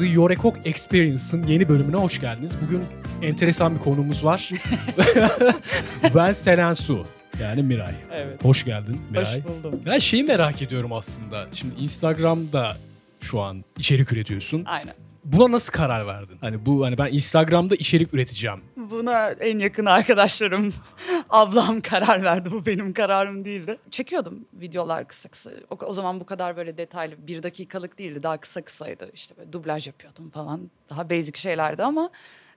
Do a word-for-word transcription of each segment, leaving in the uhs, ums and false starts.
Yorekok Experience'ın yeni bölümüne hoş geldiniz. Bugün enteresan bir konumuz var. Ben Selen Su. Yani Miray. Evet. Hoş geldin Miray. Hoş buldum. Ben şeyi merak ediyorum aslında. Şimdi Instagram'da şu an içerik üretiyorsun. Aynen. Buna nasıl karar verdin? Hani bu hani ben Instagram'da içerik üreteceğim. Buna en yakın arkadaşlarım, ablam karar verdi. Bu benim kararım değildi. Çekiyordum videolar kısa kısa. O, o zaman bu kadar böyle detaylı, bir dakikalık değildi. Daha kısa kısaydı. İşte böyle dublaj yapıyordum falan. Daha basic şeylerdi ama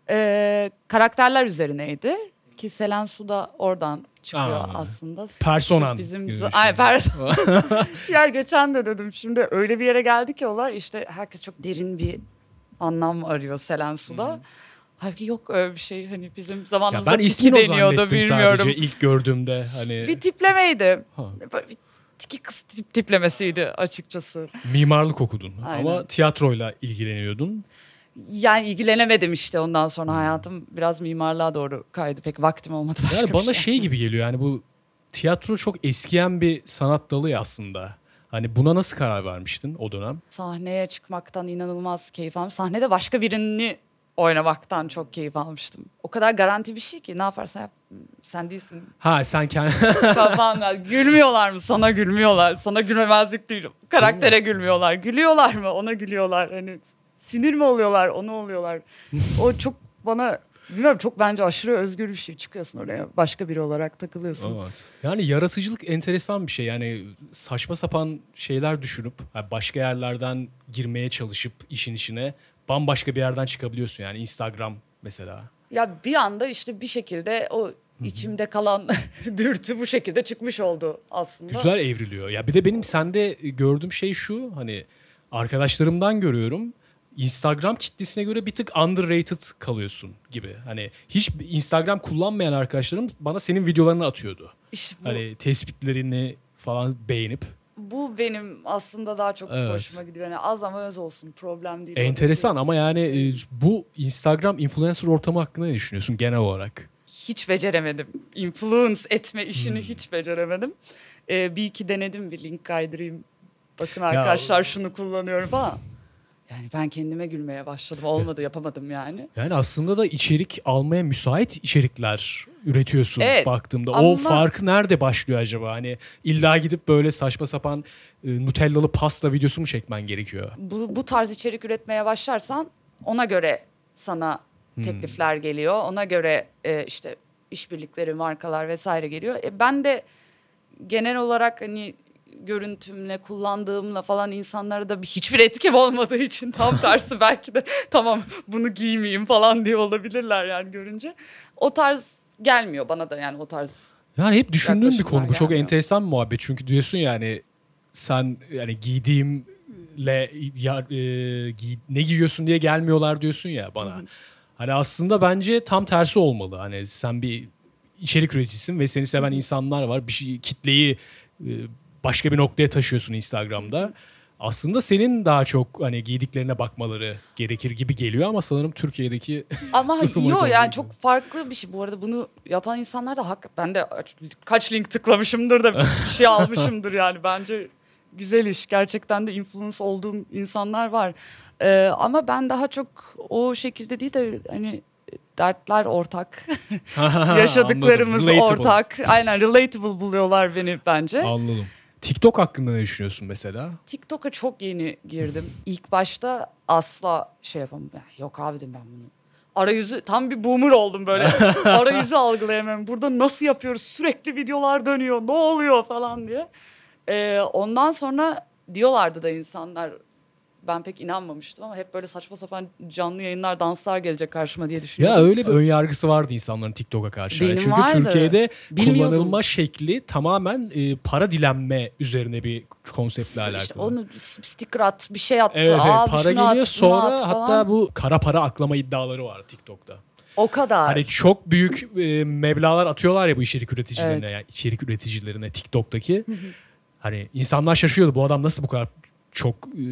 e, karakterler üzerineydi. Ki Selen Su da oradan çıkıyor Aa, aslında. Personan. Bizim gibi Ay, bir şey. person. Ya geçen de dedim, şimdi öyle bir yere geldi ki olay, işte herkes çok derin bir anlam arıyor Selen Su'da. Hmm. Halbuki yok öyle bir şey. Hani bizim zamanımızda ya ben tiki deniyordu, bilmiyorum. Sadece ilk gördüğümde hani. Bir tiplemeydi. Ha. Böyle bir tiki kız tip, tiplemesiydi açıkçası. Mimarlık okudun. Aynen. Ama tiyatroyla ilgileniyordun. Yani ilgilenemedim işte, ondan sonra hayatım biraz mimarlığa doğru kaydı. Pek vaktim olmadı başka yani bir bana şey. şey gibi geliyor, yani bu tiyatro çok eskiyen bir sanat dalı ya aslında. Hani buna nasıl karar vermiştin o dönem? Sahneye çıkmaktan inanılmaz keyif almıştım. Sahnede başka birini oynamaktan çok keyif almıştım. O kadar garanti bir şey ki ne yaparsan yap sen değilsin. Ha sen kendi... Kafanla gülmüyorlar mı? Sana gülmüyorlar. Sana gülmemezlik değil. Karaktere gülmüyorlar. Gülüyorlar mı? Ona gülüyorlar. Hani sinir mi oluyorlar? Ona oluyorlar. O çok bana... Bilmiyorum, çok bence aşırı özgür bir şey. Çıkıyorsun oraya, başka biri olarak takılıyorsun. Evet. Yani yaratıcılık enteresan bir şey. Yani saçma sapan şeyler düşünüp başka yerlerden girmeye çalışıp işin içine bambaşka bir yerden çıkabiliyorsun. Yani Instagram mesela. Ya bir anda işte bir şekilde o içimde kalan dürtü bu şekilde çıkmış oldu aslında. Güzel evriliyor. Ya bir de benim sende gördüğüm şey şu, hani arkadaşlarımdan görüyorum. Instagram kitlesine göre bir tık underrated kalıyorsun gibi. Hani hiç Instagram kullanmayan arkadaşlarım bana senin videolarını atıyordu. İşte bu, hani tespitlerini falan beğenip. bu benim aslında daha çok Evet. hoşuma gidiyor. Yani az ama öz olsun, problem değil. Enteresan ama yani e, bu Instagram influencer ortamı hakkında ne düşünüyorsun genel olarak? Hiç beceremedim. Influence etme işini Hmm. hiç beceremedim. Ee, bir iki denedim, bir link kaydırayım. Bakın arkadaşlar ya, şunu kullanıyorum falan. Yani ben kendime gülmeye başladım. Olmadı, yapamadım yani. Yani aslında da içerik almaya müsait içerikler üretiyorsun evet, baktığımda. ama... O farkı nerede başlıyor acaba? Hani illa gidip böyle saçma sapan e, Nutellalı pasta videosu mu çekmen gerekiyor? Bu, bu tarz içerik üretmeye başlarsan ona göre sana teklifler hmm. geliyor. Ona göre e, işte işbirlikleri, markalar vesaire geliyor. E, ben de genel olarak hani görüntümle, kullandığımla falan insanlara da bir, hiçbir etkim olmadığı için tam tersi belki de tamam bunu giymeyeyim falan diye olabilirler yani görünce. O tarz gelmiyor bana da, yani o tarz. Yani hep düşündüğüm bir konu bu. Gelmiyor. Çok enteresan bir muhabbet. Çünkü diyorsun yani sen yani giydiğimle ya, e, giy, ne giyiyorsun diye gelmiyorlar diyorsun ya bana. Hı-hı. Hani aslında bence tam tersi olmalı. Hani sen bir içerik üreticisin ve seni seven Hı-hı. insanlar var. Bir şey, kitleyi e, başka bir noktaya taşıyorsun Instagram'da. Aslında senin daha çok hani giydiklerine bakmaları gerekir gibi geliyor ama sanırım Türkiye'deki ama yok yani çok farklı bir şey. Bu arada bunu yapan insanlar da hak. Ben de kaç link tıklamışımdır da bir şey almışımdır yani. Bence güzel iş. Gerçekten de influence olduğum insanlar var. Ee, ama ben daha çok o şekilde değil de hani dertler ortak. Yaşadıklarımız ortak. Aynen, relatable buluyorlar beni bence. Anladım. TikTok hakkında ne düşünüyorsun mesela? TikTok'a çok yeni girdim. İlk başta asla şey yapamam. Yok abi dedim ben bunu. Arayüzü, tam bir boomer oldum böyle. Arayüzü algılayamıyorum. Burada nasıl yapıyoruz? Sürekli videolar dönüyor. Ne oluyor falan diye. Ee, ondan sonra diyorlardı da insanlar, ben pek inanmamıştım ama hep böyle saçma sapan canlı yayınlar, danslar gelecek karşıma diye düşünüyordum. Ya öyle bir ön yargısı vardı insanların TikTok'a karşı. Benim Çünkü vardı. Türkiye'de Bilmiyordum. kullanılma şekli tamamen e, para dilenme üzerine bir konseptle işte alakalı. Onu sticker at, bir şey attı. Evet, evet. Aa, Para geliyor at, sonra at hatta bu kara para aklama iddiaları var TikTok'ta. O kadar. Hani çok büyük e, meblağlar atıyorlar ya bu içerik üreticilerine, evet. yani içerik üreticilerine TikTok'taki. Hani insanlar şaşıyordu, bu adam nasıl bu kadar çok e,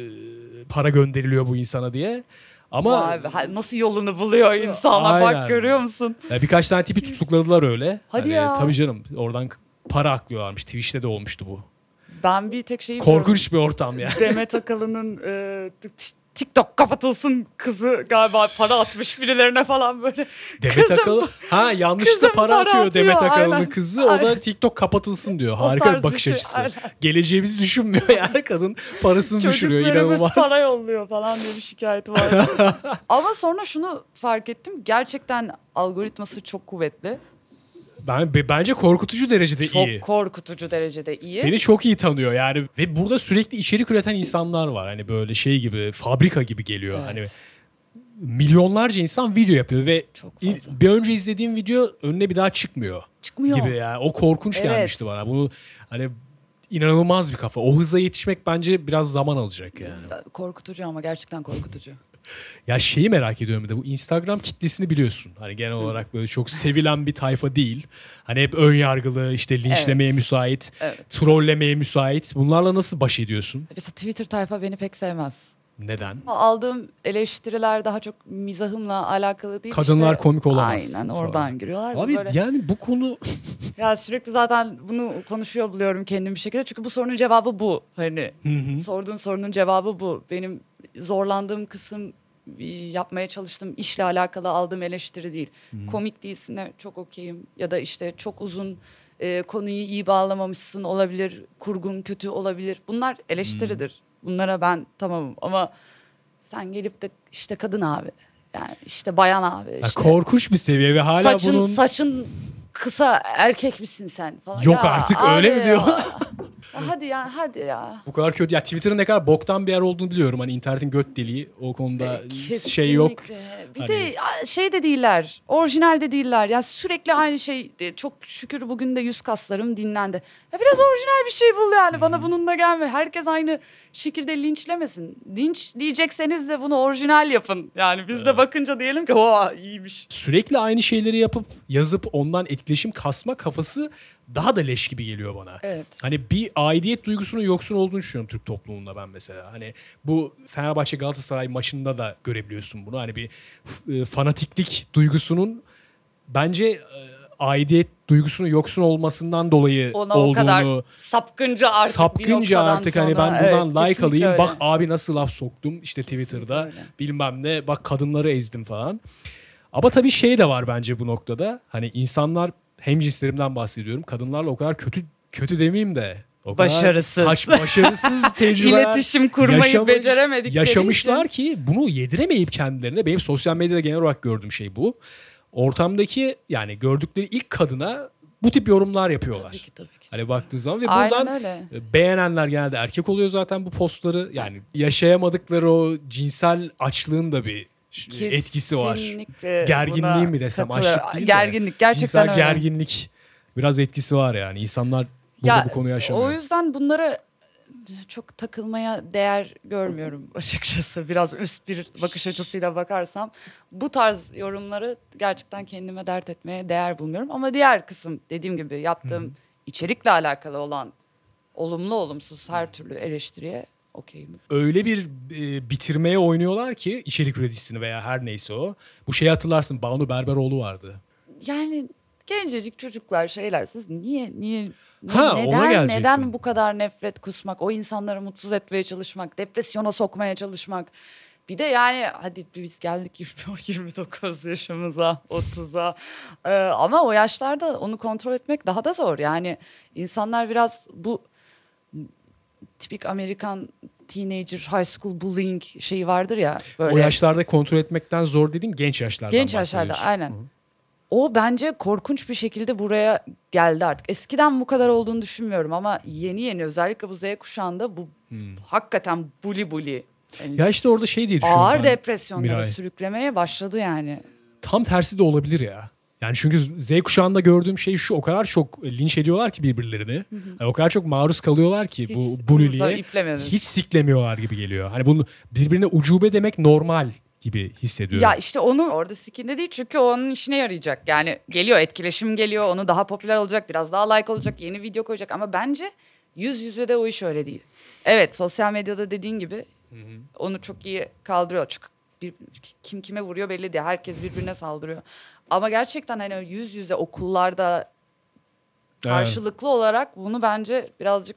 para gönderiliyor bu insana diye. Ama vay, nasıl yolunu buluyor insanlar, bak görüyor musun? Ya birkaç tane tipi tutukladılar öyle. Hadi hani, ya. Tabii canım, oradan para aklıyorlarmış. Twitch'te de olmuştu bu. Ben bir tek şeyi korkunç bir ortam yani. Demet Akalın'ın e, TikTok kapatılsın kızı galiba para atmış birilerine falan böyle. Demet Kızım, Akalın ha yanlışlıkla kızım para para atıyor atıyor, Demet Akalın'ın aynen. kızı. O da Aynen. TikTok kapatılsın diyor. O Harika tarz bir bir bakış şey, açısı. aynen. Geleceğimizi düşünmüyor yani kadın parasını düşürüyor. Çocuklarımız İnanılmaz. para yolluyor falan diye bir şikayeti var. Ama sonra şunu fark ettim. Gerçekten algoritması çok kuvvetli. Ben bence korkutucu derecede Çok iyi. korkutucu derecede iyi. Seni çok iyi tanıyor yani ve burada sürekli içerik üreten insanlar var. Hani böyle şey gibi fabrika gibi geliyor. Evet. Hani milyonlarca insan video yapıyor ve Çok fazla. bir önce izlediğim video önüne bir daha çıkmıyor. Çıkmıyor. Gibi yani. O korkunç Evet. gelmişti bana. Bu hani inanılmaz bir kafa. O hıza yetişmek bence biraz zaman alacak yani. Korkutucu ama gerçekten korkutucu. Ya şeyi merak ediyorum bir de bu Instagram kitlesini biliyorsun. Hani genel olarak böyle çok sevilen bir tayfa değil. Hani hep ön yargılı, işte linçlemeye Evet. müsait, Evet. trollemeye müsait. Bunlarla nasıl baş ediyorsun? Mesela Twitter tayfa beni pek sevmez. Neden? Aldığım eleştiriler daha çok mizahımla alakalı değil. Kadınlar işte, komik olamaz Aynen falan. oradan giriyorlar. Abi Böyle, yani bu konu ya sürekli zaten bunu konuşuyor buluyorum kendim bir şekilde. Çünkü bu sorunun cevabı bu. Hani sorduğun sorunun cevabı bu. Benim zorlandığım kısım yapmaya çalıştığım işle alakalı aldığım eleştiri değil. Komik değilsine çok okeyim. Ya da işte çok uzun e, konuyu iyi bağlamamışsın olabilir. Kurgun kötü olabilir. Bunlar eleştiridir. Bunlara ben tamamım ama sen gelip de işte kadın abi. Yani işte bayan abi. ya Işte, korkunç bir seviye ve hala saçın, bunun saçın kısa erkek misin sen falan. Yok Ya artık, abi öyle mi ya. diyor? Ya hadi ya hadi ya. bu kadar kötü. Ya Twitter'ın ne kadar boktan bir yer olduğunu biliyorum. Hani internetin göt deliği. O konuda şey yok. Kesinlikle. Bir Hani- de şey de değiller. Orijinal de değiller. Ya sürekli aynı şey. Çok şükür bugün de yüz kaslarım dinlendi. Ya biraz orijinal bir şey bul yani. Bana bununla gelme. Herkes aynı şekilde linçlemesin. Linç diyecekseniz de bunu orijinal yapın. Yani biz de bakınca diyelim ki o iyiymiş. Sürekli aynı şeyleri yapıp yazıp ondan etkileşim kasma kafası daha da leş gibi geliyor bana. Evet. Hani bir aidiyet duygusunun yoksun olduğunu düşünüyorum Türk toplumunda ben mesela. Hani bu Fenerbahçe Galatasaray maçında da görebiliyorsun bunu. Hani bir e, fanatiklik duygusunun bence e, aidiyet duygusunun yoksun olmasından dolayı Ona olduğunu o kadar sapkınca artık bir sapkınca noktadan artık hani sonra, ben buradan evet, like kesinlikle alayım. öyle. Bak abi nasıl laf soktum işte Kesinlikle Twitter'da öyle. bilmem ne bak kadınları ezdim falan. Ama tabii şey de var bence bu noktada. Hani insanlar hemcinslerimden bahsediyorum. Kadınlarla o kadar kötü kötü demeyeyim de o kadar Başarısız. saç, başarısız tecrübeler İletişim kurmayı yaşamış- beceremedikleri yaşamışlar için. ki bunu yediremeyip kendilerine benim sosyal medyada genel olarak gördüğüm şey bu. Ortamdaki yani gördükleri ilk kadına bu tip yorumlar yapıyorlar. Tabii ki tabii ki. Hani baktığı zaman ve Aynen buradan öyle. beğenenler genelde erkek oluyor zaten bu postları. Yani yaşayamadıkları o cinsel açlığın da bir etkisi var. Kesinlikle Gerginliği buna mi desem, katılıyorum. açlık değil de Gerginlik gerçekten cinsel öyle. gerginlik biraz etkisi var yani. İnsanlar burada Ya, bu konuyu aşamıyor. o yüzden bunlara çok takılmaya değer görmüyorum açıkçası. Biraz üst bir bakış açısıyla bakarsam bu tarz yorumları gerçekten kendime dert etmeye değer bulmuyorum. Ama diğer kısım dediğim gibi yaptığım Hı-hı. içerikle alakalı olan olumlu olumsuz her türlü eleştiriye okeyim. Öyle bir e, bitirmeye oynuyorlar ki içerik üreticisini veya her neyse o. Bu şeyi hatırlarsın, Banu Berberoğlu vardı. Yani gencecik çocuklar şeyler siz niye niye ne- Ha, ona neden gelecektim. neden bu kadar nefret kusmak, o insanları mutsuz etmeye çalışmak, depresyona sokmaya çalışmak. Bir de yani hadi biz geldik yirmi dokuz yaşımıza, otuza. Ee, ama o yaşlarda onu kontrol etmek daha da zor. Yani insanlar biraz bu tipik Amerikan teenager high school bullying şeyi vardır ya böyle. O yaşlarda kontrol etmekten zor dediğin genç yaşlardan Genç yaşlarda bahsediyorsun. aynen. Hı. O bence korkunç bir şekilde buraya geldi artık. Eskiden bu kadar olduğunu düşünmüyorum ama yeni yeni özellikle bu Z kuşağında bu Hmm. hakikaten bully bully. Yani Ya işte orada şey diye düşünüyorum ağır ben, depresyonlara Miray. sürüklemeye başladı yani. Tam tersi de olabilir ya. Yani çünkü Z kuşağında gördüğüm şey şu, o kadar çok linç ediyorlar ki birbirlerini. Yani o kadar çok maruz kalıyorlar ki Hiç bu umurunuza bully'liğe. iplemediniz. Hiç siklemiyorlar gibi geliyor. Hani bunu birbirine ucube demek normal gibi hissediyorum. Ya işte onu orada sikinde değil çünkü o onun işine yarayacak. Yani geliyor etkileşim geliyor, onu daha popüler olacak, biraz daha like olacak, yeni video koyacak ama bence yüz yüze de o iş öyle değil. Evet, sosyal medyada dediğin gibi onu çok iyi kaldırıyor. Çünkü bir, kim kime vuruyor belli değil. Herkes birbirine saldırıyor. Ama gerçekten hani yüz yüze okullarda karşılıklı olarak bunu bence birazcık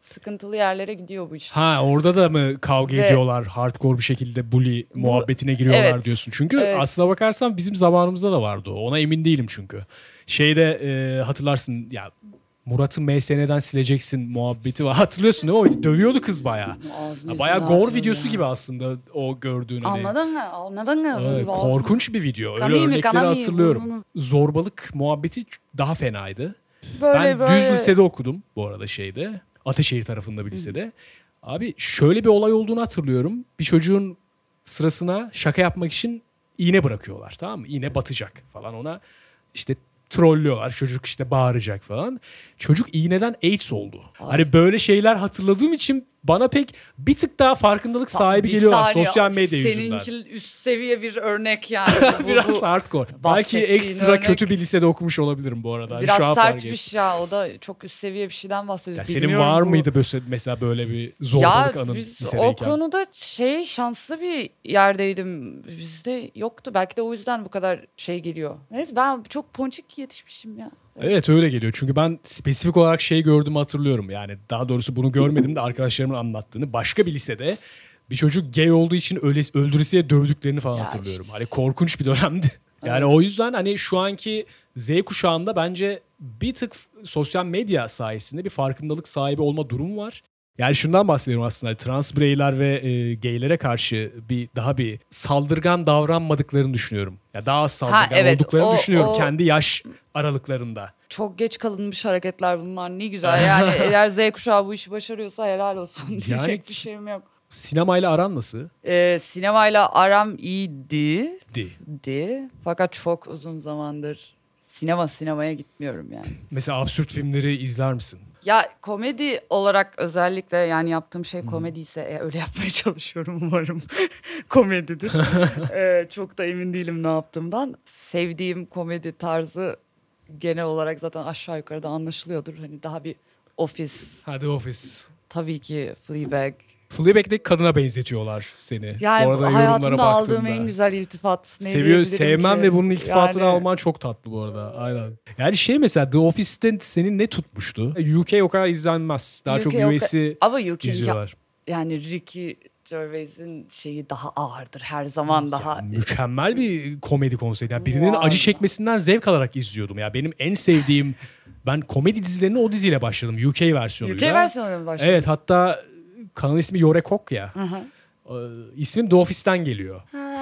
sıkıntılı yerlere gidiyor bu iş. Ha orada da mı kavga Ve- ediyorlar? Hardcore bir şekilde bully Bu- muhabbetine giriyorlar evet, diyorsun. Çünkü evet. aslına bakarsan bizim zamanımızda da vardı o. Ona emin değilim çünkü. Şeyde e, hatırlarsın ya Murat'ı M S N'den sileceksin muhabbeti var. Hatırlıyorsun değil mi? O dövüyordu kız bayağı. Ağzını Ya bayağı yüzünü gore dağıtıyor videosu ya. gibi aslında o gördüğün. hani. Anladın mı? Anladın mı? Evet, Ağzını- korkunç bir video. Öyle Kanıyor mu, örnekleri kanamıyor mu? hatırlıyorum. Bunu- Zorbalık muhabbeti daha fenaydı. Böyle Ben böyle. düz lisede okudum bu arada şeyde. Ataşehir tarafında bir lisede. Abi şöyle bir olay olduğunu hatırlıyorum. Bir çocuğun sırasına şaka yapmak için iğne bırakıyorlar, tamam mı? İğne batacak falan, ona işte trollüyorlar. Çocuk işte bağıracak falan. Çocuk iğneden AIDS oldu. Ay. Hani böyle şeyler hatırladığım için bana pek bir tık daha farkındalık sahibi Bir geliyorlar saniye, sosyal medya yüzünden. Seninki üst seviye bir örnek yani. Bu- Biraz bu- hardcore. Belki bahsettiğin ekstra örnek- kötü bir lisede okumuş olabilirim bu arada. Hani Biraz şu an fark sert bir ettim. şey ya. O da çok üst seviye bir şeyden bahsediyor. Ya senin Bilmiyorum var bu- mıydı böyle, mesela böyle bir zorbalık Ya anın biz o lisedeyken? konuda şey şanslı bir yerdeydim. Bizde yoktu. Belki de o yüzden bu kadar şey geliyor. Neyse ben çok ponçik yetişmişim ya. Evet öyle geliyor. Çünkü ben spesifik olarak şey gördüğümü hatırlıyorum. Yani daha doğrusu bunu görmedim de arkadaşlarımın anlattığını. Başka bir lisede bir çocuk gay olduğu için öyle öldüresiye dövdüklerini falan Ya hatırlıyorum. işte. Hani korkunç bir dönemdi. Yani o yüzden hani şu anki Z kuşağında bence bir tık sosyal medya sayesinde bir farkındalık sahibi olma durumu var. Yani şundan bahsediyorum aslında, trans bireyler ve e, gaylere karşı bir daha bir saldırgan davranmadıklarını düşünüyorum. Ya daha az saldırgan evet, olduklarını o- düşünüyorum o- kendi yaş aralıklarında. Çok geç kalınmış hareketler bunlar. Ne güzel. Yani eğer Z kuşağı bu işi başarıyorsa helal olsun. Diyecek Yani- bir şeyim yok. Sinemayla aran nasıl? Ee, sinemayla aram iyiydi. Di. Di. Fakat çok uzun zamandır sinema sinemaya gitmiyorum yani. Mesela absürt filmleri izler misin? Ya komedi olarak özellikle, yani yaptığım şey komediyse e, öyle yapmaya çalışıyorum umarım. Komedidir. Ee, çok da emin değilim ne yaptığımdan. Sevdiğim komedi tarzı genel olarak zaten aşağı yukarıda anlaşılıyordur. Hani daha bir Office, Hadi Office. tabii ki Fleabag. Fleabag'deki kadına benzetiyorlar seni. Yani bu arada hayatımda yorumlara aldığım baktığımda. en güzel iltifat. Ne Seviyor, diyebilirim sevmem ki? ve bunun iltifatını Yani- alman çok tatlı bu arada. Aynen. Yani şey mesela The Office'te senin ne tutmuştu? U K o kadar izlenmez. Daha U K çok o kadar- U S'i Ama U K'nin izliyorlar. yani Ricky Gervais'in şeyi daha ağırdır her zaman daha. Ya, mükemmel bir komedi konseri. Yani birinin Muazzam. acı çekmesinden zevk alarak izliyordum. Ya benim en sevdiğim, ben komedi dizilerine o diziyle başladım. U K versiyonuyla. U K versiyonu mu başladı? Evet, hatta kanal ismi Yore Kok ya. Hı hı. Ee, İsmim The Office'ten geliyor.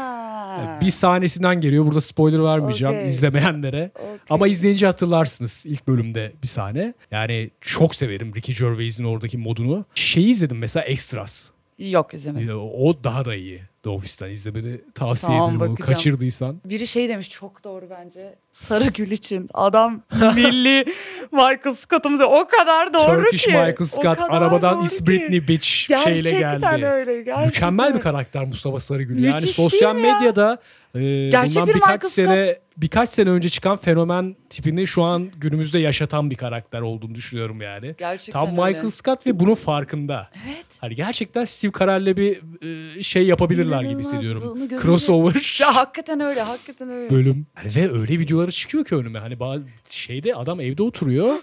Ha. Bir sahnesinden geliyor. Burada spoiler vermeyeceğim Okey. izlemeyenlere. Okey. Ama izleyince hatırlarsınız ilk bölümde bir sahne. Yani çok severim Ricky Gervais'in oradaki modunu. Şeyi izledim mesela, Extras. Yok, izlemedim. O daha da iyi. The Office'ten izlemeni tavsiye Tamam, ederim. Onu bakacağım. kaçırdıysan. Biri şey demiş, çok doğru bence. Sarıgül için adam milli Michael Scott'umuz o kadar doğru Turkish ki. Michael O Scott kadar arabadan doğru Is ki. Britney Bitch şeyle Gerçekten geldi. öyle. Gerçekten. Mükemmel bir karakter Mustafa Sarıgül. Yani Müthiş sosyal değil mi ya? medyada e, Gerçek bundan bir birkaç Michael sene Scott. birkaç sene önce çıkan fenomen tipini şu an günümüzde yaşatan bir karakter olduğunu düşünüyorum yani. Gerçekten Tam öyle. Michael Scott ve bunun farkında. Evet. Hani gerçekten Steve Carell'le bir e, şey yapabilirler gibi İnanılmaz, hissediyorum. bunu görünce- Crossover Ya hakikaten öyle, hakikaten öyle. bölüm. Hani ve öyle videoları çıkıyor ki önüme. Hani bazı şeyde adam evde oturuyor.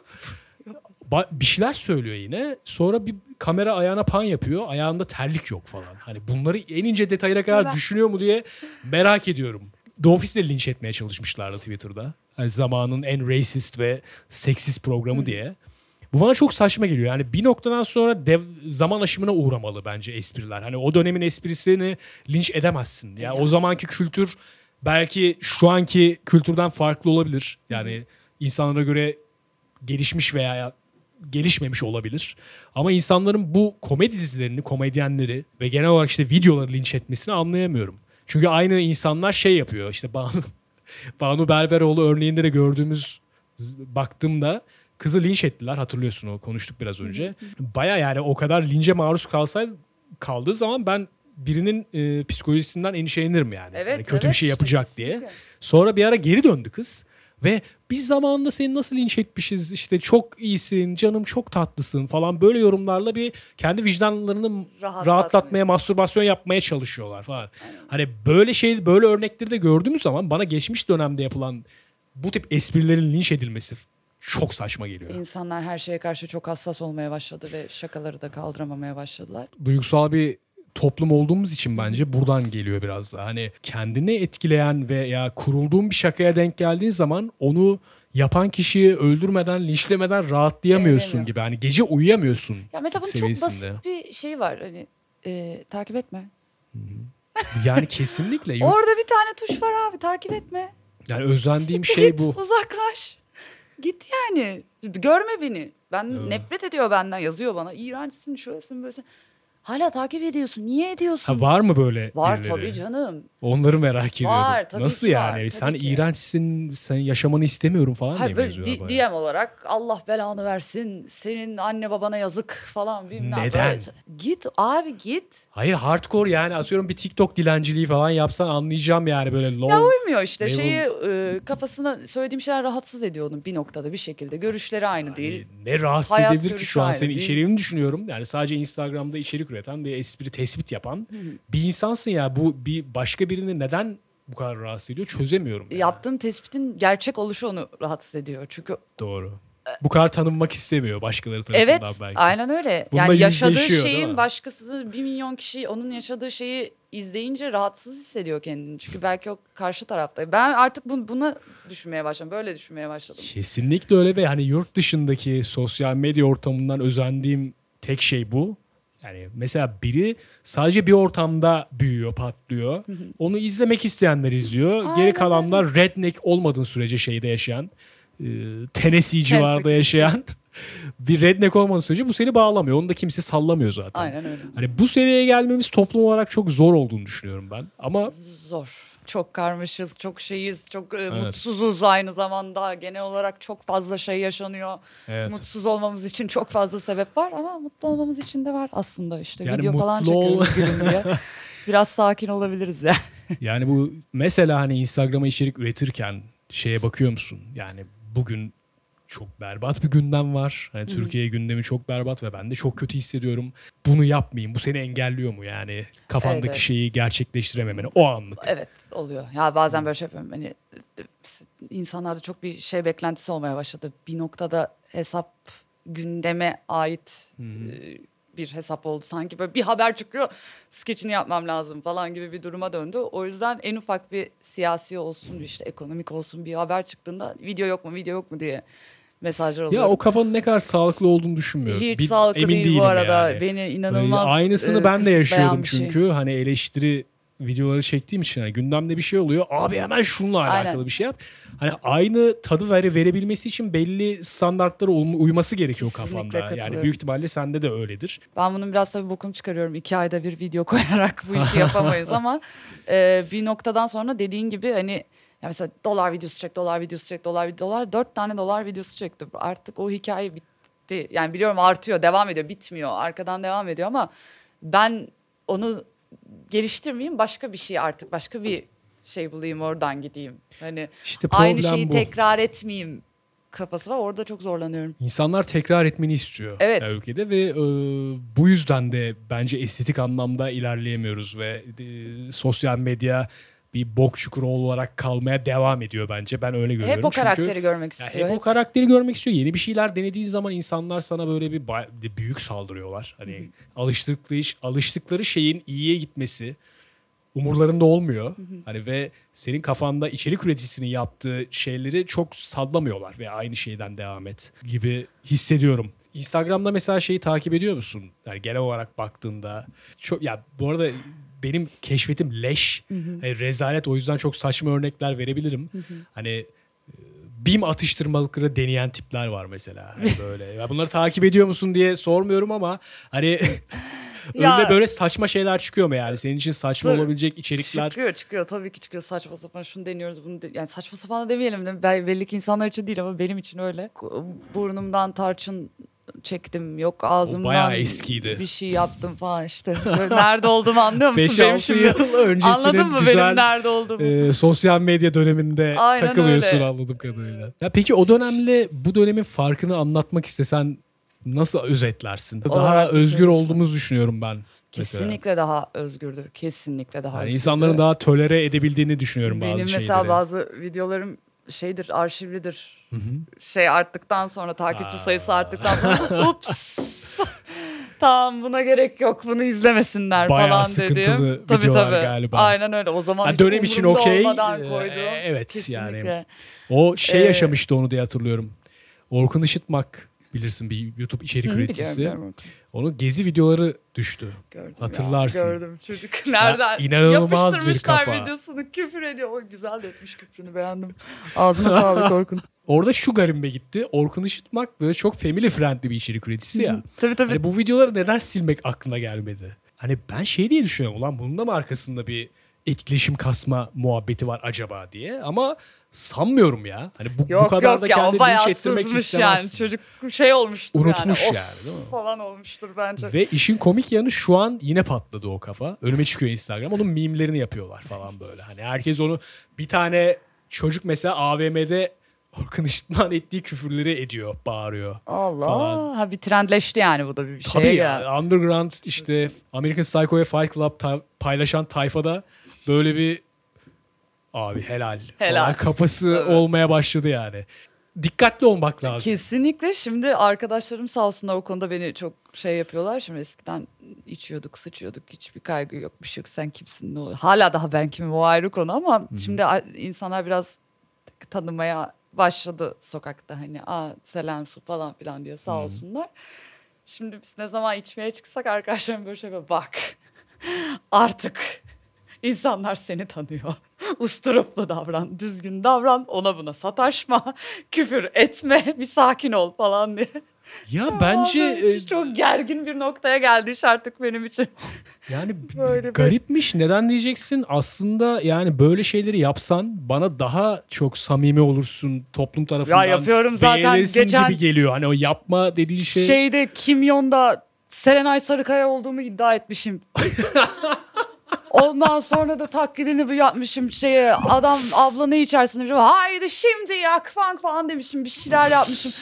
Ba- bir şeyler söylüyor yine. Sonra bir kamera ayağına pan yapıyor. Ayağında terlik yok falan. Hani bunları en ince detayına kadar Ben- düşünüyor mu diye merak ediyorum. The Office'de linç etmeye çalışmışlardı Twitter'da. Hani zamanın en racist ve seksist programı diye. Bu bana çok saçma geliyor. Yani bir noktadan sonra dev, zaman aşımına uğramalı bence espriler. Hani o dönemin esprisini linç edemezsin. Ya o zamanki kültür belki şu anki kültürden farklı olabilir. Yani insanlara göre gelişmiş veya gelişmemiş olabilir. Ama insanların bu komedi dizilerini, komedyenleri ve genel olarak işte videoları linç etmesini anlayamıyorum. Çünkü aynı insanlar şey yapıyor. İşte Banu, Banu Berberoğlu örneğinde de gördüğümüz, baktığımda kızı linç ettiler. Hatırlıyorsun, o konuştuk biraz önce. Baya yani o kadar lince maruz kalsaydı, kaldığı zaman ben birinin e, psikolojisinden endişelenirim yani. Evet, Hani kötü evet bir şey işte, yapacak kesinlikle. diye. Sonra bir ara geri döndü kız. Ve biz zamanında seni nasıl linç etmişiz, işte çok iyisin, canım çok tatlısın falan, böyle yorumlarla bir kendi vicdanlarını Rahatlatmaya rahatlatmaya, mastürbasyon yapmaya çalışıyorlar falan. Hani böyle şey, böyle örnekleri de gördüğümüz zaman bana geçmiş dönemde yapılan bu tip esprilerin linç edilmesi çok saçma geliyor. İnsanlar her şeye karşı çok hassas olmaya başladı ve şakaları da kaldıramamaya başladılar. Duygusal bir toplum olduğumuz için bence buradan geliyor biraz da. Hani kendini etkileyen veya kurulduğun bir şakaya denk geldiğin zaman onu yapan kişiyi öldürmeden, linçlemeden rahatlayamıyorsun Eğleniyor. gibi. Hani gece uyuyamıyorsun. Ya mesela bunun çok seviyesinde. basit bir şey var. Hani e, takip etme. Yani kesinlikle yok. Orada bir tane tuş var abi, takip etme. Yani özendiğim Siktir şey git, bu. uzaklaş. Git yani. Görme beni. Ben Evet. nefret ediyor benden, yazıyor bana. İğrençsin, şöylesin, böylesin. Hala takip ediyorsun. Niye ediyorsun? Ha, var mı böyle Var birileri? tabii canım. Onları merak ediyorum. Var, tabii Nasıl ki yani? var, Sen tabii ki. iğrençsin, sen yaşamanı istemiyorum falan diye Hayır, mi böyle yazıyorlar D- bayağı? D M olarak Allah belanı versin. Senin anne babana yazık falan bilmem. Neden? Böyle. Git abi git. Hayır, hardcore yani, atıyorum bir TikTok dilenciliği falan yapsan anlayacağım yani, böyle low. Ya uymuyor işte. Level- Şeyi e, kafasına söylediğim şeyler rahatsız ediyor onun bir noktada, bir şekilde. Görüşleri aynı değil. Yani ne rahatsız Hayat edebilir ki görüşü şu an ayrı senin değil. içeriğini düşünüyorum. Yani sadece Instagram'da içerik üreten, bir espri tespit yapan bir insansın ya. Bu bir başka birini neden bu kadar rahatsız ediyor çözemiyorum. Yani. Yaptığım tespitin gerçek oluşu onu rahatsız ediyor. Çünkü Doğru. Bu kadar tanınmak istemiyor başkaları tarafından evet, belki. aynen öyle. Bununla Yani yaşadığı yüzleşiyor, değil mi? şeyin başkası, bir milyon kişi onun yaşadığı şeyi izleyince rahatsız hissediyor kendini. Çünkü belki o karşı tarafta. Ben artık bu, buna düşünmeye başladım. Böyle düşünmeye başladım. Kesinlikle öyle ve hani yurt dışındaki sosyal medya ortamından özendiğim tek şey bu. Yani mesela biri sadece bir ortamda büyüyor, patlıyor. Onu izlemek isteyenler izliyor. Aynen Geri kalanlar redneck olmadığın sürece şeyde yaşayan, e, Tennessee civarında Kentucky. yaşayan bir redneck olmadığın sürece bu seni bağlamıyor. Onu da kimse sallamıyor zaten. Aynen öyle. Hani bu seviyeye gelmemiz toplum olarak çok zor olduğunu düşünüyorum ben. Ama Zor. Çok karmaşız, çok şeyiz, çok e, Evet. mutsuzuz aynı zamanda. Genel olarak çok fazla şey yaşanıyor. evet. Mutsuz olmamız için çok fazla sebep var ama mutlu olmamız için de var aslında işte. Yani Video falan mutlu ol- çekiyoruz gülün diye. Biraz sakin olabiliriz ya. Yani bu mesela hani Instagram'a içerik üretirken şeye bakıyor musun? Yani bugün çok berbat bir gündem var. Hani Türkiye gündemi çok berbat ve ben de çok kötü hissediyorum. Bunu yapmayayım. Bu seni engelliyor mu yani? Kafandaki Evet, evet. şeyi gerçekleştirememeni o anlık. Evet, oluyor. Ya bazen böyle şey yapıyorum. Hani insanlarda çok bir şey beklentisi olmaya başladı. Bir noktada hesap gündeme ait e, bir hesap oldu. Sanki böyle bir haber çıkıyor, skeçini yapmam lazım falan gibi bir duruma döndü. O yüzden en ufak bir siyasi olsun, işte ekonomik olsun bir haber çıktığında video yok mu, video yok mu diye mesajlar Ya alıyorum. o kafanın ne kadar sağlıklı olduğunu düşünmüyorum. Hiç Bir- sağlıklı emin değil bu değilim arada. yani. Beni Böyle inanılmaz aynısını e, ben de kısıtlayan yaşıyordum bir şey. çünkü. Hani eleştiri videoları çektiğim için hani gündemde bir şey oluyor. Abi hemen şununla alakalı Aynen. bir şey yap. Hani aynı tadı vere, verebilmesi için belli standartlara uyum- uyması gerekiyor Kesinlikle kafanda. Yani katılıyorum. büyük ihtimalle sende de öyledir. Ben bunun biraz tabii bokunu çıkarıyorum. İki ayda bir video koyarak bu işi yapamayız ama e, bir noktadan sonra dediğin gibi hani ya mesela dolar videosu çek, dolar videosu çek, dolar videosu, dolar dört tane dolar videosu çektim. Artık o hikaye bitti. Yani biliyorum artıyor, devam ediyor, bitmiyor. Arkadan devam ediyor ama ben onu geliştirmeyeyim, başka bir şey artık, başka bir şey bulayım, oradan gideyim. Hani İşte problem aynı şeyi bu. tekrar etmeyeyim kafası var. Orada çok zorlanıyorum. İnsanlar tekrar etmeni istiyor Evet. her ülkede ve e, bu yüzden de bence estetik anlamda ilerleyemiyoruz ve e, sosyal medya bir bok çukuru olarak kalmaya devam ediyor bence. Ben öyle görüyorum. Hep o Çünkü karakteri görmek ya istiyor. hep o Hep- karakteri görmek istiyor. Yeni bir şeyler denediğin zaman insanlar sana böyle bir, bay- bir büyük saldırıyorlar. Hani alıştıkları iş, alıştıkları şeyin iyiye gitmesi umurlarında olmuyor. Hani ve senin kafanda içerik üreticisinin yaptığı şeyleri çok sallamıyorlar ve aynı şeyden devam et gibi hissediyorum. Instagram'da mesela şeyi takip ediyor musun? Yani genel olarak baktığında çok ya bu arada benim keşfetim leş. Hani rezalet, o yüzden çok saçma örnekler verebilirim. Hani e, BİM atıştırmalıkları deneyen tipler var mesela. Hani böyle. Ya bunları takip ediyor musun diye sormuyorum ama hani Ya- önüne böyle saçma şeyler çıkıyor mu yani? Senin için saçma Tabii. olabilecek içerikler. Çıkıyor çıkıyor tabii ki çıkıyor, saçma sapan şunu deniyoruz bunu de- yani saçma sapan da demeyelim de Bel- belli ki insanlar için değil ama benim için öyle. Ku- Burnumdan tarçın çektim, yok ağzımdan bayağı eskiydi. bir şey yaptım falan işte. Böyle nerede olduğumu anlıyor musun beş benim altı şimdi? yıl öncesinin Anladın mı güzel benim nerede olduğumu? e, sosyal medya döneminde Aynen takılıyorsun öyle. anladığım kadarıyla. Ya peki o dönemle bu dönemin farkını anlatmak istesen nasıl özetlersin? Daha Olarak mı özgür söylüyorsun? olduğumuzu düşünüyorum ben. mesela. Kesinlikle daha özgürdü. Kesinlikle daha Yani özgürdü. insanların daha tolere edebildiğini düşünüyorum Benim bazı mesela şeyleri. bazı videolarım şeydir, arşivlidir. Hı hı. Şey arttıktan sonra, takipçi Aa. sayısı arttıktan sonra ups. Tamam, buna gerek yok, bunu izlemesinler bayağı falan sıkıntılı dediğim. Tabii videolar tabii. galiba. Aynen öyle. O zaman yani hiç dönem için okey. olmadan koydum. Ee, evet kesinlikle. yani. O şey ee, yaşamıştı onu diye hatırlıyorum. Orkun Işıtmak, bilirsin, bir YouTube içerik üreticisi. Onun gezi videoları düştü. Gördüm hatırlarsın. Ya, gördüm çocuk. Nereden? Ya, inanılmaz bir kafa. Videosunu küfür ediyor. O güzel de etmiş, küfrünü beğendim. Ağzına sağlık Orkun. Orada şu garibime gitti. Orkun Işıtmak böyle çok family friendly bir içerik üreticisi ya. Tabii tabii. Hani bu videoları neden silmek aklına gelmedi? Hani ben şey diye düşünüyorum. Ulan bunun da mı arkasında bir etkileşim kasma muhabbeti var acaba diye. Ama sanmıyorum ya. Hani bu, yok, bu kadar yok da ya, kendini linç ettirmek istemezsin. Yani. Çocuk şey olmuştur Unutmuş yani. yani Of, değil mi? falan olmuştur bence. Ve işin komik yanı şu an yine patladı o kafa. Önüme çıkıyor Instagram. Onun mimlerini yapıyorlar falan böyle. Hani herkes onu, bir tane çocuk mesela A V M'de Orkun Işıtmak'ın ettiği küfürleri ediyor, bağırıyor. Allah. Falan. Ha, bir trendleşti yani, bu da bir şey. Tabii ya. Underground işte American Psycho ve Fight Club ta- paylaşan tayfada böyle bir abi helal, helal. Falan kafası evet. olmaya başladı yani. Dikkatli olmak lazım. Kesinlikle. Şimdi arkadaşlarım sağ olsunlar o konuda beni çok şey yapıyorlar. Şimdi eskiden içiyorduk, sıçıyorduk. Hiçbir kaygı yok, bir şey yok. Sen kimsin? Ne oluyor? Hala daha ben kimim, o ayrı konu ama Hı-hı. şimdi insanlar biraz tanımaya başladı sokakta. Hani aa Selen Su falan filan diye sağ olsunlar. Hı-hı. Şimdi biz ne zaman içmeye çıksak arkadaşlarım böyle şey yapıyor. Bak artık insanlar seni tanıyor. Usturuplu davran, düzgün davran, ona buna sataşma, küfür etme, bir sakin ol falan diye. Ya, ya bence e, çok gergin bir noktaya geldi iş artık benim için. Yani böyle garipmiş. Bir... Neden diyeceksin? Aslında yani böyle şeyleri yapsan bana daha çok samimi olursun, toplum tarafından. Ya yapıyorum zaten. Geçen gibi geliyor. Hani o yapma dediğin şey. Şeyde Kimyon'da Serenay Sarıkaya olduğumu iddia etmişim. Ondan sonra da taklidini yapmışım, şeye adam abla ne içersin demişim. Haydi şimdi yak falan falan demişim, bir şeyler yapmışım.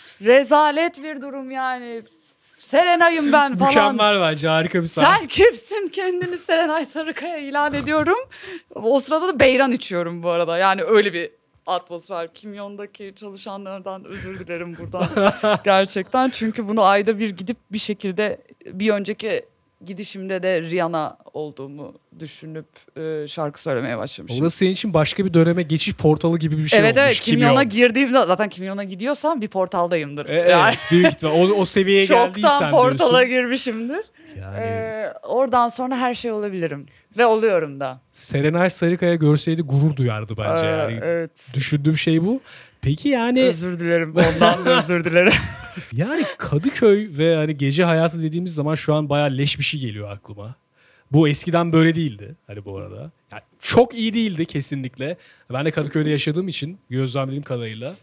Rezalet bir durum yani. Serenay'ım ben falan. Mükemmel bence, harika bir sahne. Sen kimsin, kendini Serenay Sarıkaya ilan ediyorum. O sırada da beyran içiyorum bu arada. Yani öyle bir atmosfer. Kimyon'daki çalışanlardan özür dilerim buradan. Gerçekten, çünkü bunu ayda bir gidip bir şekilde, bir önceki gidişimde de Rihanna olduğumu düşünüp e, şarkı söylemeye başlamışım. Orası senin için başka bir döneme geçiş portalı gibi bir şey evet, olmuş. Evet evet, Kimyon'a girdiğimde zaten Kimyon'a gidiyorsam bir portaldayımdır. Evet, yani. büyük ihtimal. O, o seviyeye geldiysen diyorsun. Çoktan portala girmişimdir. Yani... Ee, oradan sonra her şey olabilirim. Ve oluyorum da. Serenay Sarıkaya görseydi gurur duyardı bence. Ee, yani. Evet. Düşündüğüm şey bu. Peki yani... Özür dilerim. Ondan da özür dilerim. Yani Kadıköy ve hani gece hayatı dediğimiz zaman şu an bayağı leş bir şey geliyor aklıma. Bu eskiden böyle değildi hani bu arada. Yani çok iyi değildi kesinlikle. Ben de Kadıköy'de yaşadığım için gözlemlediğim kadarıyla.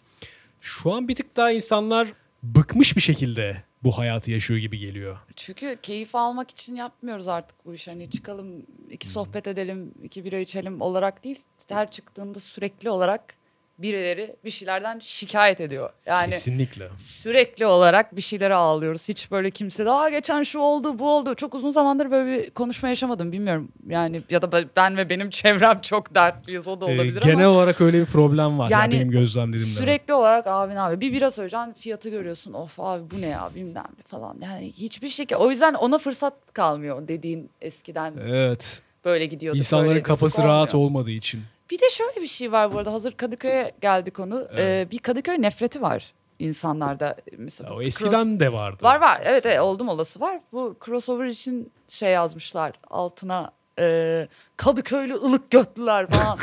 Şu an bir tık daha insanlar bıkmış bir şekilde bu hayatı yaşıyor gibi geliyor. Çünkü keyif almak için yapmıyoruz artık bu işi. Hani çıkalım, iki sohbet edelim, iki bira içelim olarak değil. Her çıktığında sürekli olarak birileri bir şeylerden şikayet ediyor. Yani kesinlikle. Sürekli olarak bir şeylere ağlıyoruz. Hiç böyle kimse de aa geçen şu oldu, bu oldu. Çok uzun zamandır böyle bir konuşma yaşamadım, bilmiyorum. Yani ya da ben ve benim çevrem çok dertliyiz, o da olabilir ee, ama. Genel olarak öyle bir problem var yani, ya benim gözlemlediğimde. Sürekli olarak abi abi bir bira söyleyeceksin, fiyatı görüyorsun. Of abi bu ne ya, bilmem ne falan. Yani hiçbir şekilde, o yüzden ona fırsat kalmıyor dediğin eskiden. Evet. Böyle gidiyordu. İnsanların kafası rahat olmadığı için. Bir de şöyle bir şey var bu arada, hazır Kadıköy'e geldi konu. Evet. Ee, bir Kadıköy nefreti var insanlarda. Mesela ya o eskiden cross... de vardı. Var var, evet, evet, oldum olası var. Bu crossover için şey yazmışlar altına, e, Kadıköylü ılık götlüler falan.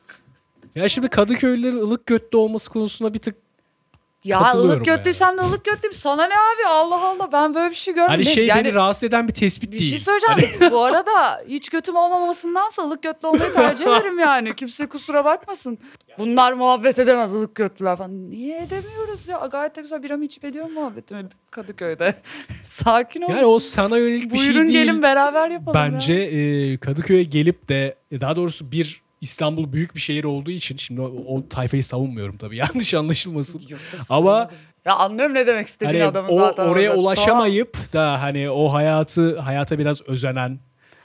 Ya şimdi Kadıköylülerin ılık götlü olması konusunda bir tık ya ılık götlüysem yani. de ılık götlüyüm. Sana ne abi, Allah Allah, ben böyle bir şey görmedim. Hani şey yani, beni rahatsız eden bir tespit bir değil. Bir şey söyleyeceğim. Hani... Bu arada hiç götüm olmamasındansa ılık götlü olmayı tercih ederim yani. Kimse kusura bakmasın. Bunlar muhabbet edemez, ılık götlüler falan. Niye edemiyoruz ya? Gayet de güzel biramı içip ediyorum muhabbetimi Kadıköy'de. Sakin ol. Yani o sana yönelik bir şey değil. Buyurun gelin beraber yapalım. Bence e, Kadıköy'e gelip de, daha doğrusu bir İstanbul büyük bir şehir olduğu için, şimdi o, o tayfayı savunmuyorum tabii, yanlış anlaşılmasın. Yok, ama ya anlıyorum ne demek istediğin, hani adamın o, zaten. Oraya orada. ulaşamayıp tamam. da hani o hayatı hayata biraz özenen,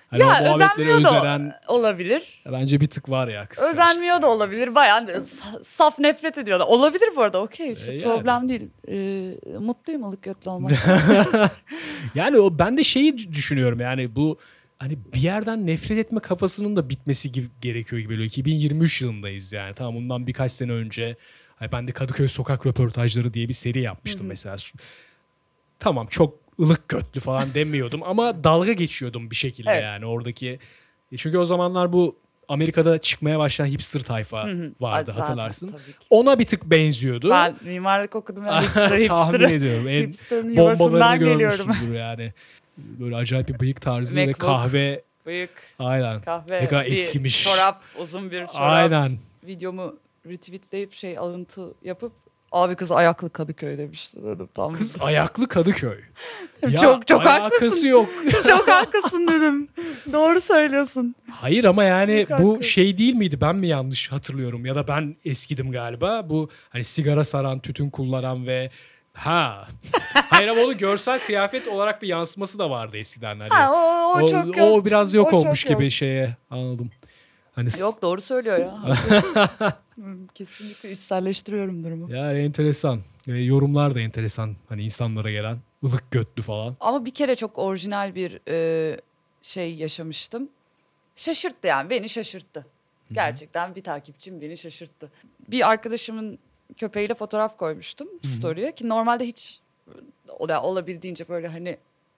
Hani o Ya muhabbetlere özenmiyor da özenen olabilir. bence bir tık var ya. kıskanç. Özenmiyor da olabilir. Bayağı sa- saf nefret ediyorlar. Olabilir bu arada. Okey. Hiç E, yani. problem değil. Ee, mutluyum ılık götlü olmaktan. Yani o ben de şeyi düşünüyorum yani bu hani bir yerden nefret etme kafasının da bitmesi gibi gerekiyor gibi. Böyle iki bin yirmi üç yılındayız yani. Tamam bundan birkaç sene önce hani ben de Kadıköy Sokak Röportajları diye bir seri yapmıştım mesela. Tamam çok ılık götlü falan demiyordum ama dalga geçiyordum bir şekilde Evet. yani oradaki. E Çünkü o zamanlar bu Amerika'da çıkmaya başlayan hipster tayfa vardı Zaten, hatırlarsın. tabii ki. Ona bir tık benziyordu. Ben mimarlık okudum ya. Hipster, Tahmin hipster. ediyorum. En Hipster'ın bombalarını yuvasından geliyorum. görmüşsündür yani. Böyle acayip bir bıyık tarzı ve MacBook, kahve. Bıyık, Aynen. kahve, Ne kadar bir eskimiş. çorap, uzun bir çorap. Aynen. Videomu retweetleyip şey alıntı yapıp abi kız ayaklı Kadıköy demişti. Dedim, tam Kız ayaklı Kadıköy. Çok- çok alakası haklısın. yok. Çok haklısın dedim. Doğru söylüyorsun. Hayır ama yani Çok bu haklı. şey değil miydi? Ben mi yanlış hatırlıyorum ya da ben eskidim galiba. Bu hani sigara saran, tütün kullanan ve ha. Hayır ama onu görsel kıyafet olarak bir yansıması da vardı eskiden hani. Ha, o, o, o, çok yok. o biraz yok O çok olmuş yok. gibi şeye anladım. Hani s- Yok doğru söylüyor ya. Hmm, Kesinlikle içselleştiriyorum durumu. yani enteresan. Ve yorumlar da enteresan. Hani insanlara gelen ılık götlü falan. Ama bir kere çok orijinal bir e, şey yaşamıştım. Şaşırttı yani beni şaşırttı. Gerçekten bir takipçim beni şaşırttı. Bir arkadaşımın köpeğiyle fotoğraf koymuştum story'e ki normalde hiç o da olabildiğince böyle hani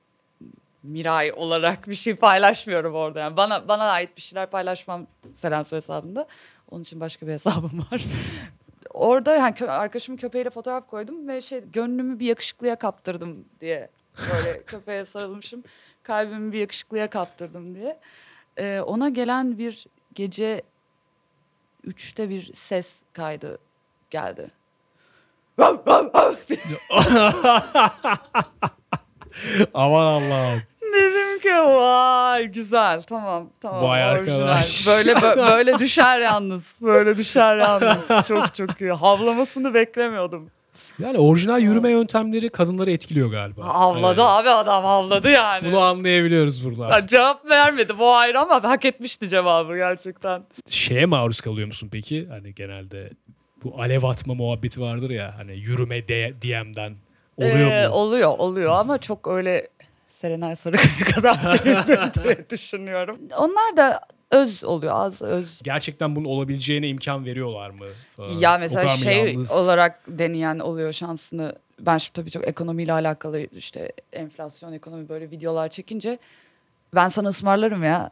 Miray olarak bir şey paylaşmıyorum orada. Yani bana bana ait bir şeyler paylaşmam Selensu hesabında. Onun için başka bir hesabım var. Orada yani kö- arkadaşımın köpeğiyle fotoğraf koydum ve şey gönlümü bir yakışıklıya kaptırdım diye böyle köpeğe sarılmışım. Kalbimi bir yakışıklıya kaptırdım diye. Ee, ona gelen bir gece üçte bir ses kaydı geldi. Aman Allah'ım. Dedim ki vay güzel tamam tamam Vay orijinal. arkadaş. Böyle bö- böyle düşer yalnız. Böyle düşer yalnız. Çok çok iyi. Havlamasını beklemiyordum. Yani orijinal yürüme yöntemleri kadınları etkiliyor galiba. Havladı Hani abi adam havladı yani. bunu anlayabiliyoruz burada. Ben cevap vermedim o ayrı ama hak etmişti cevabı gerçekten. Şeye maruz kalıyor musun peki? Hani genelde bu alev atma muhabbeti vardır ya. Hani yürüme de, D M'den. Oluyor Ee, mu? Oluyor oluyor ama çok öyle Serenay Sarıkaya kadar değildir diye düşünüyorum. Onlar da öz oluyor az öz. Gerçekten bunun olabileceğine imkan veriyorlar mı? Falan. Ya O mesela kadar mı şey yalnız? olarak deneyen oluyor şansını. Ben şimdi tabii çok ekonomiyle alakalı işte enflasyon ekonomi böyle videolar çekince ben sana ısmarlarım ya.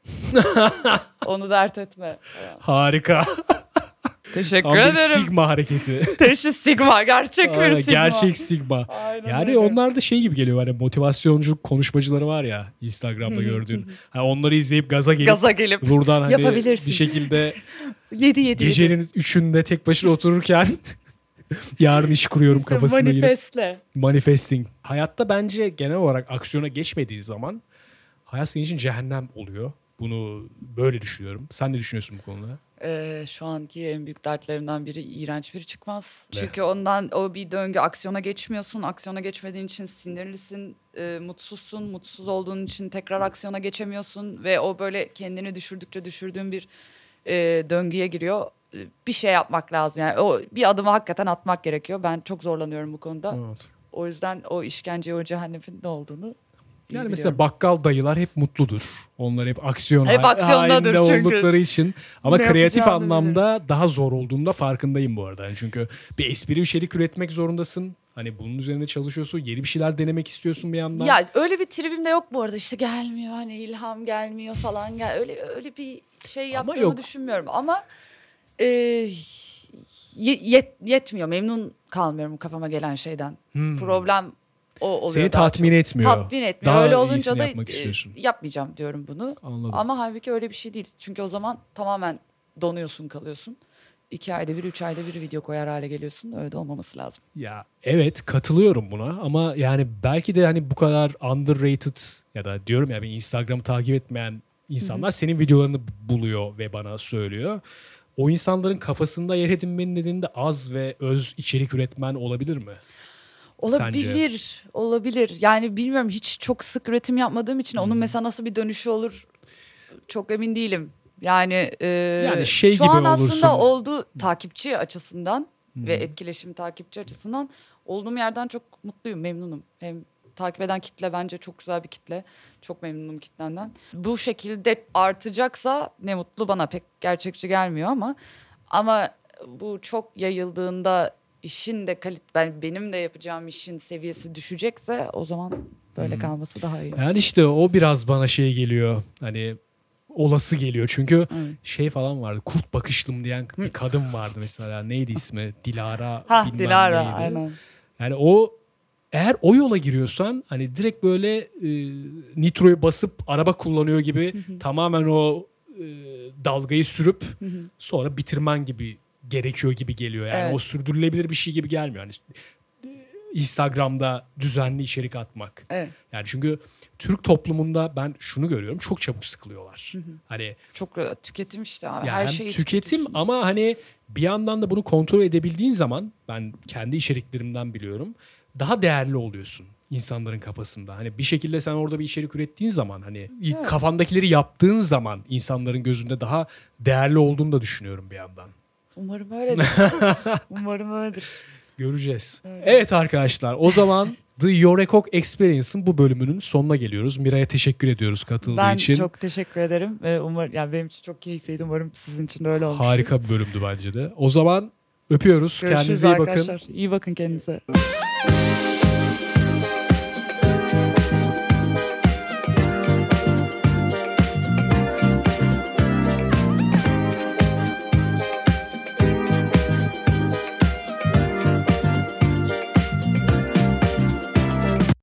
Onu dert etme. Harika. Teşekkür Tam bir ederim. sigma hareketi. Teşhis sigma. Gerçek bir Aynen, sigma. gerçek sigma. Aynen Yani öyle. onlar da şey gibi geliyor hani motivasyoncu konuşmacıları var ya Instagram'da gördüğün. Hani onları izleyip gaza gelip Gaza gelip buradan hani yapabilirsin. bir şekilde yedi yedi gecenin üçünde tek başına otururken yarın iş kuruyorum İşte kafasına girip manifestle. manifesting. Hayatta bence genel olarak aksiyona geçmediği zaman hayat senin için cehennem oluyor. Bunu böyle düşünüyorum. Sen ne düşünüyorsun bu konuda? Ee, şu anki en büyük dertlerimden biri iğrenç biri çıkmaz. Ne? Çünkü ondan o bir döngü aksiyona geçmiyorsun. Aksiyona geçmediğin için sinirlisin, e, mutsuzsun. Mutsuz olduğun için tekrar aksiyona geçemiyorsun. Ve o böyle kendini düşürdükçe düşürdüğün bir e, döngüye giriyor. E, Bir şey yapmak lazım. Yani o bir adımı hakikaten atmak gerekiyor. Ben çok zorlanıyorum bu konuda. Evet. O yüzden o işkence, o cehennemin ne olduğunu iyi Yani biliyorum. mesela bakkal dayılar hep mutludur. Onlar hep aksiyon Hep hal- aksiyondadır halinde çünkü. oldukları için. Ama Ne kreatif yapacağını anlamda daha zor olduğunda farkındayım bu arada. Yani çünkü bir espri içerik üretmek zorundasın. Hani bunun üzerinde çalışıyorsun. Yeni bir şeyler denemek istiyorsun bir yandan. Ya öyle bir tribim de yok bu arada işte gelmiyor hani ilham gelmiyor falan gel öyle öyle bir şey Ama yaptığımı yok. düşünmüyorum ama e, ye- yet- yetmiyor memnun kalmıyorum kafama gelen şeyden. Hmm. Problem o oluyor. Seni daha tatmin çok. etmiyor. Tatmin etmiyor. Daha öyle olunca iyisini da yapmak e, istiyorsun. yapmayacağım diyorum bunu. Anladım. Ama halbuki öyle bir şey değil. Çünkü o zaman tamamen donuyorsun kalıyorsun. İki ayda bir, üç ayda bir video koyar hale geliyorsun. Öyle de olmaması lazım. Ya evet katılıyorum buna ama yani belki de hani bu kadar underrated ya da diyorum ya bir Instagram'ı takip etmeyen insanlar senin videolarını buluyor ve bana söylüyor. O insanların kafasında yer edinmenin nedeni de az ve öz içerik üretmen olabilir mi? Olabilir, sence? olabilir. Yani bilmiyorum, hiç çok sık üretim yapmadığım için onun mesela nasıl bir dönüşü olur çok emin değilim. Yani, e, Yani şey şu gibi an olursun. aslında oldu takipçi açısından Hmm. ve etkileşim takipçi açısından olduğum yerden çok mutluyum, memnunum. Hem takip eden kitle bence çok güzel bir kitle. Çok memnunum kitlemden. Bu şekilde artacaksa ne mutlu bana, pek gerçekçi gelmiyor ama ama bu çok yayıldığında işin de kalit ben benim de yapacağım işin seviyesi düşecekse o zaman böyle Hmm. kalması daha iyi. Yani işte o biraz bana şey geliyor. Hani olası geliyor. Çünkü Evet. şey falan vardı. Kurt bakışlım diyen bir kadın vardı mesela. Neydi ismi? Dilara Ha, bilmem Dilara neydi. aynen. Yani o, eğer o yola giriyorsan hani direkt böyle e, nitroyu basıp araba kullanıyor gibi tamamen o e, dalgayı sürüp sonra bitirmen gibi gerekiyor gibi geliyor. Yani Evet. o sürdürülebilir bir şey gibi gelmiyor. Hani e, Instagram'da düzenli içerik atmak. Evet. Yani çünkü Türk toplumunda ben şunu görüyorum, çok çabuk sıkılıyorlar. Hani Çok tüketim işte abi. yani Her hem şeyi tüketim tüketiyorsun. ama hani bir yandan da bunu kontrol edebildiğin zaman, ben kendi içeriklerimden biliyorum, daha değerli oluyorsun insanların kafasında. Hani bir şekilde sen orada bir içerik ürettiğin zaman, hani Evet. kafandakileri yaptığın zaman insanların gözünde daha değerli olduğunu da düşünüyorum bir yandan. Umarım öyledir. Umarım öyledir. Göreceğiz. Evet. Evet arkadaşlar, o zaman The Yorekok Experience'ın bu bölümünün sonuna geliyoruz. Miray'a teşekkür ediyoruz katıldığı Ben için. çok teşekkür ederim. Ee, umarım, yani benim için çok keyifliydi. Umarım sizin için de öyle olmuştur. Harika bir bölümdü bence de. O zaman öpüyoruz. Görüşürüz Kendinize iyi bakın. arkadaşlar. İyi bakın kendinize.